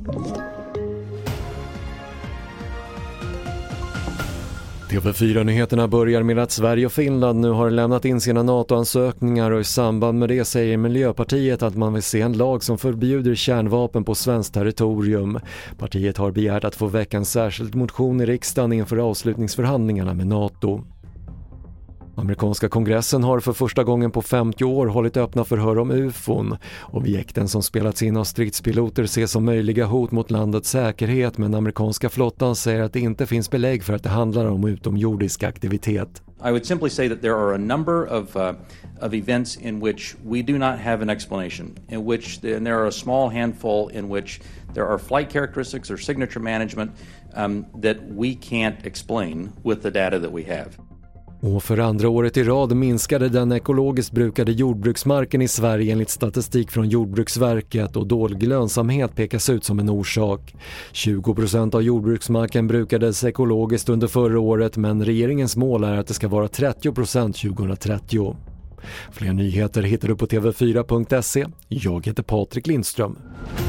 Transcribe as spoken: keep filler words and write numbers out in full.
T V fyra-nyheterna börjar med att Sverige och Finland nu har lämnat in sina NATO-ansökningar och i samband med det säger Miljöpartiet att man vill se en lag som förbjuder kärnvapen på svenskt territorium. Partiet har begärt att få väcka en särskild motion i riksdagen inför avslutningsförhandlingarna med NATO. Amerikanska kongressen har för första gången på femtio år hållit öppna förhör om U F O. Objekten som spelats in av stridspiloter ses som möjliga hot mot landets säkerhet, men amerikanska flottan säger att det inte finns belägg för att det handlar om utomjordisk aktivitet. I would simply say that there are a number of uh, of events in which we do not have an explanation, in which the, and there are a small handful in which there are flight characteristics or signature management um, that we can't explain with the data that we have. Och för andra året i rad minskade den ekologiskt brukade jordbruksmarken i Sverige enligt statistik från Jordbruksverket, och dålig lönsamhet pekas ut som en orsak. tjugo procent av jordbruksmarken brukades ekologiskt under förra året, men regeringens mål är att det ska vara trettio procent tjugohundratrettio. Fler nyheter hittar du på t v fyra punkt se. Jag heter Patrik Lindström.